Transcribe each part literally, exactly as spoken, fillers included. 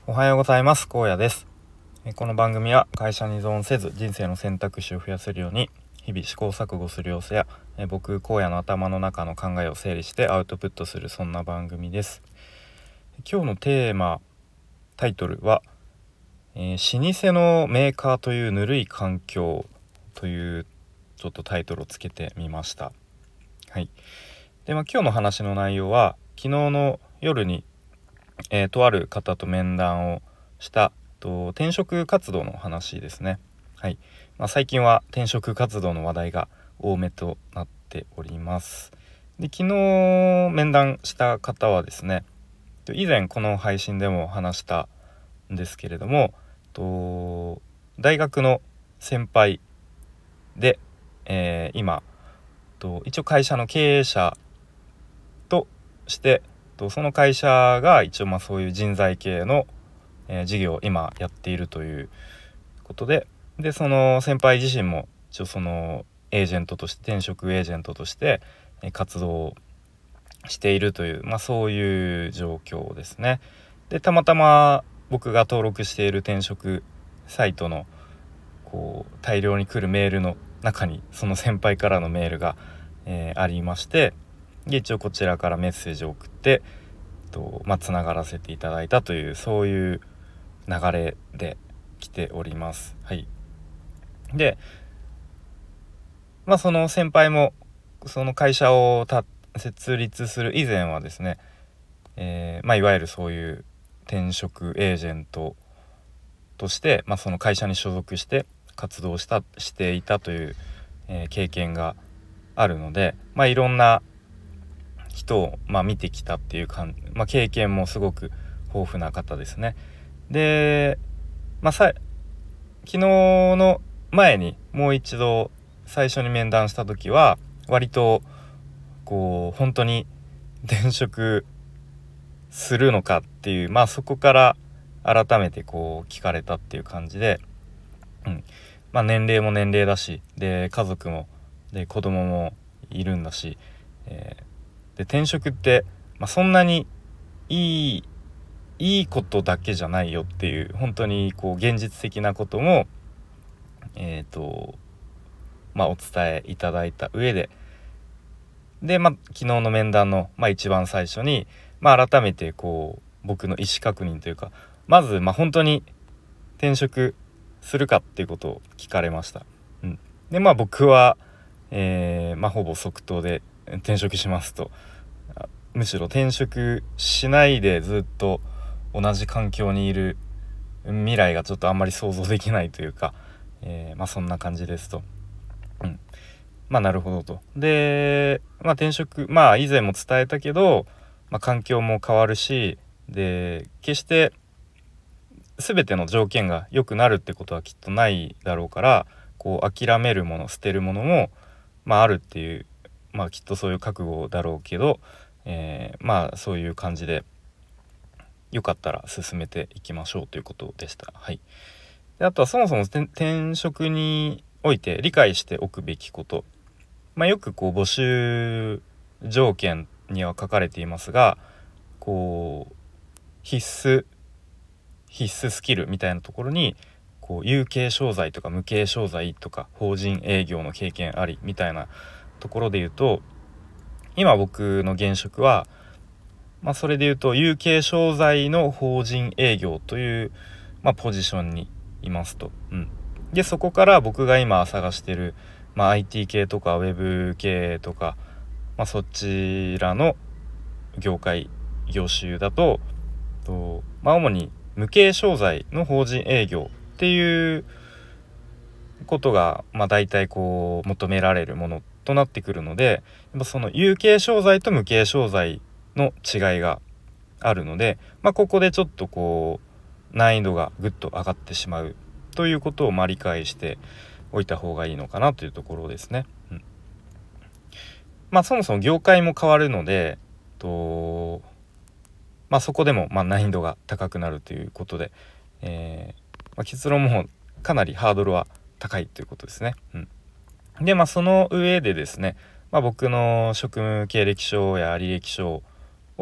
おはようございます。荒野です。この番組は会社に依存せず人生の選択肢を増やせるように日々試行錯誤する様子や僕荒野の頭の中の考えを整理してアウトプットする、そんな番組です。今日のテーマ、タイトルは、えー、老舗のメーカーというぬるい環境というちょっとタイトルをつけてみました。はい。で、まあ、今日の話の内容は昨日の夜にえー、とある方と面談をしたと転職活動の話ですね。はい。まあ、最近は転職活動の話題が多めとなっております。で、昨日面談した方はですね、以前この配信でも話したんですけれども、と大学の先輩で、えー、今と一応会社の経営者としてとその会社が一応まあそういう人材系の、えー、事業を今やっているということで、でその先輩自身も一応そのエージェントとして転職エージェントとして、えー、活動をしているという、まあ、そういう状況ですね。でたまたま僕が登録している転職サイトのこう大量に来るメールの中にその先輩からのメールが、えー、ありまして、で一応こちらからメッセージを送ってと、まあ、つながらせていただいたという、そういう流れで来ております。はい。で、まあ、その先輩もその会社をた設立する以前はですね、えーまあ、いわゆるそういう転職エージェントとして、まあ、その会社に所属して活動したしていたという、えー経験があるので、まあ、いろんな人を、まあ、見てきたっていう感じ、まあ、経験もすごく豊富な方ですね。で、まあ、さ昨日の前にもう一度最初に面談した時は割とこう本当に転職するのかっていう、まあそこから改めてこう聞かれたっていう感じで、うん、まあ年齢も年齢だし、で家族もで子供もいるんだし、えー、で転職って、まあ、そんなにいいいいことだけじゃないよっていう、本当にこう現実的なこともえーとまあお伝えいただいた上で、でまあ昨日の面談の、まあ、一番最初に、まあ、改めてこう僕の意思確認というか、まずまあ本当に転職するかっていうことを聞かれました。うん、でまあ僕は、えーまあ、ほぼ即答で転職しますと、むしろ転職しないでずっと同じ環境にいる未来がちょっとあんまり想像できないというか、えー、まあそんな感じですと。うん、まあなるほどと。で、まあ転職、まあ以前も伝えたけど、まあ、環境も変わるし、で決して全ての条件が良くなるってことはきっとないだろうから、こう諦めるもの捨てるものもまああるっていう、まあきっとそういう覚悟だろうけど、えー、まあそういう感じでよかったら進めていきましょうということでした。はい。であとはそもそも転職において理解しておくべきこと、まあ、よくこう募集条件には書かれていますが、こう必須必須スキルみたいなところにこう有形商材とか無形商材とか法人営業の経験ありみたいなところで言うと、今僕の現職は、まあ、それで言うと有形商材の法人営業という、まあ、ポジションにいますと。うん、でそこから僕が今探してる、まあ、アイティー 系とかウェブ系とか、まあ、そちらの業界業種だと、と、まあ、主に無形商材の法人営業っていうことが、まあ、大体こう求められるものとなってくるので、その有形商材と無形商材の違いがあるので、まあ、ここでちょっとこう難易度がぐっと上がってしまうということをまあ理解しておいた方がいいのかなというところですね。うん、まあそもそも業界も変わるので、とまあそこでもまあ難易度が高くなるということで、えーまあ、結論もかなりハードルは高いということですね。うん、でまあその上でですね、まあ、僕の職務経歴書や履歴書を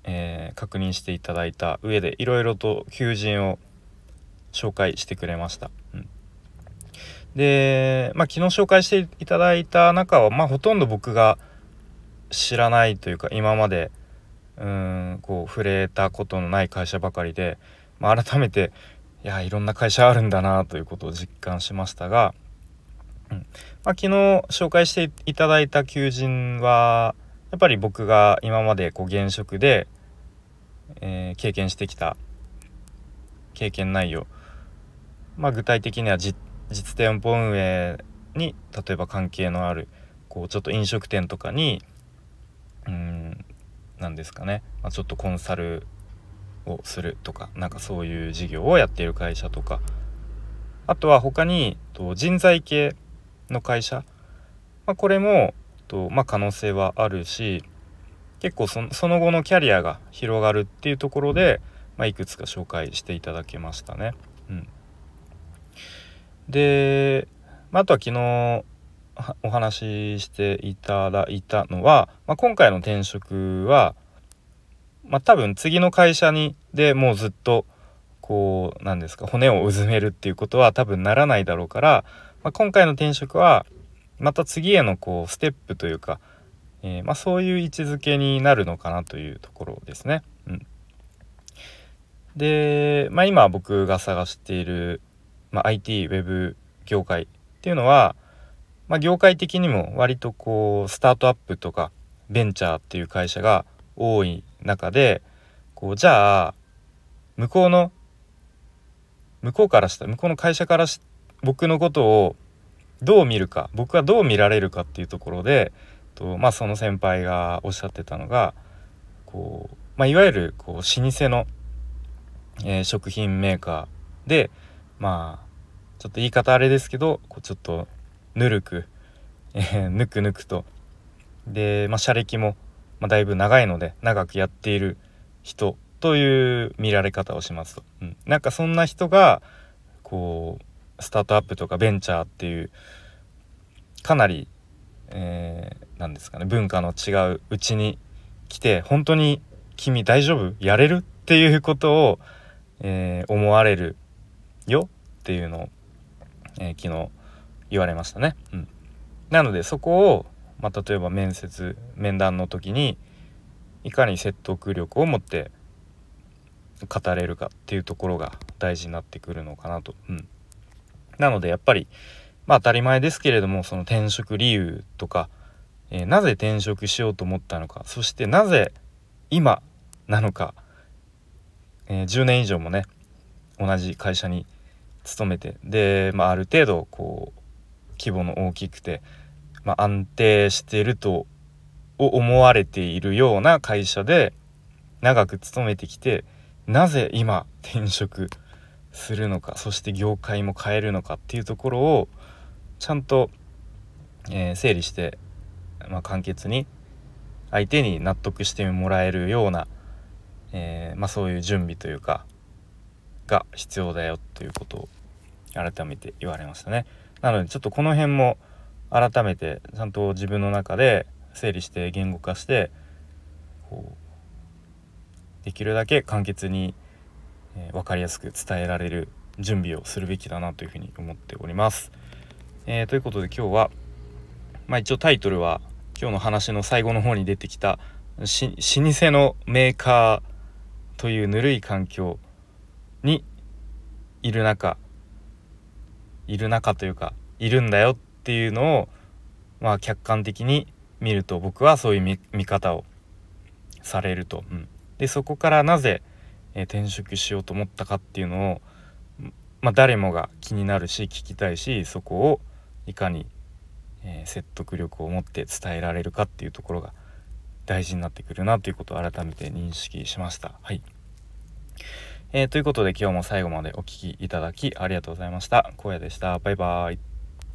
えー、確認していただいた上でいろいろと求人を紹介してくれました。うん、で、まあ、昨日紹介していただいた中は、まあ、ほとんど僕が知らないというか今までうーんこう触れたことのない会社ばかりで、まあ、改めていやいろんな会社あるんだなということを実感しましたが、うんまあ、昨日紹介していただいた求人はやっぱり僕が今までこう現職で、えー経験してきた経験内容、まあ、具体的には実、実店舗運営に例えば関係のあるこうちょっと飲食店とかにうーんなんですかね、まあ、ちょっとコンサルをするとかなんかそういう事業をやっている会社とか、あとは他にと人材系の会社、まあ、これもと、まあ、可能性はあるし結構その、その後のキャリアが広がるっていうところで、まあ、いくつか紹介していただけましたね。うん、で、まあ、あとは昨日お話ししていただいたのは、まあ、今回の転職は、まあ、多分次の会社にでもうずっとこうなんですか骨をうずめるっていうことは多分ならないだろうから、まあ、今回の転職はまた次へのこうステップというか、えーまあ、そういう位置づけになるのかなというところですね。うん、で、まあ、今僕が探している、まあ、アイティー ウェブ業界っていうのは、まあ、業界的にも割とこうスタートアップとかベンチャーっていう会社が多い中でこうじゃあ向こうの向こうからした向こうの会社からし僕のことをどう見るか僕はどう見られるかっていうところでと、まあ、その先輩がおっしゃってたのがこう、まあ、いわゆるこう老舗の、えー食品メーカーでまあちょっと言い方あれですけどこうちょっとぬるく、えーぬくぬくとで、まあ、社歴も、まあ、だいぶ長いので長くやっている人という見られ方をしますと、うん、なんかそんな人がこうスタートアップとかベンチャーっていうかなり、えー、なんですかね文化の違ううちに来て本当に君大丈夫やれるっていうことを、えー、思われるよっていうのを、えー、昨日言われましたね。うん、なのでそこを、まあ、例えば面接面談の時にいかに説得力を持って語れるかっていうところが大事になってくるのかなと。うん、なのでやっぱりまあ当たり前ですけれどもその転職理由とか、えーなぜ転職しようと思ったのかそしてなぜ今なのか、えーじゅうねん以上もね同じ会社に勤めてで、まあ、ある程度こう規模の大きくて、まあ、安定していると思われているような会社で長く勤めてきてなぜ今転職するのかそして業界も変えるのかっていうところをちゃんと、えー整理して、まあ、簡潔に相手に納得してもらえるような、えーまあ、そういう準備というかが必要だよということを改めて言われましたね。なのでちょっとこの辺も改めてちゃんと自分の中で整理して言語化してこうできるだけ簡潔に、えー分かりやすく伝えられる準備をするべきだなというふうに思っております。えーということで今日は、まあ、一応タイトルは今日の話の最後の方に出てきたし老舗のメーカーというぬるい環境にいる中いる中というかいるんだよっていうのを、まあ、客観的に見ると僕はそういう 見, 見方をされると、うん、でそこからなぜ、えー転職しようと思ったかっていうのを、まあ、誰もが気になるし聞きたいしそこをいかに、えー説得力を持って伝えられるかっていうところが大事になってくるなということを改めて認識しました。はい、えーということで今日も最後までお聞きいただきありがとうございました。荒野でした。バイバイ。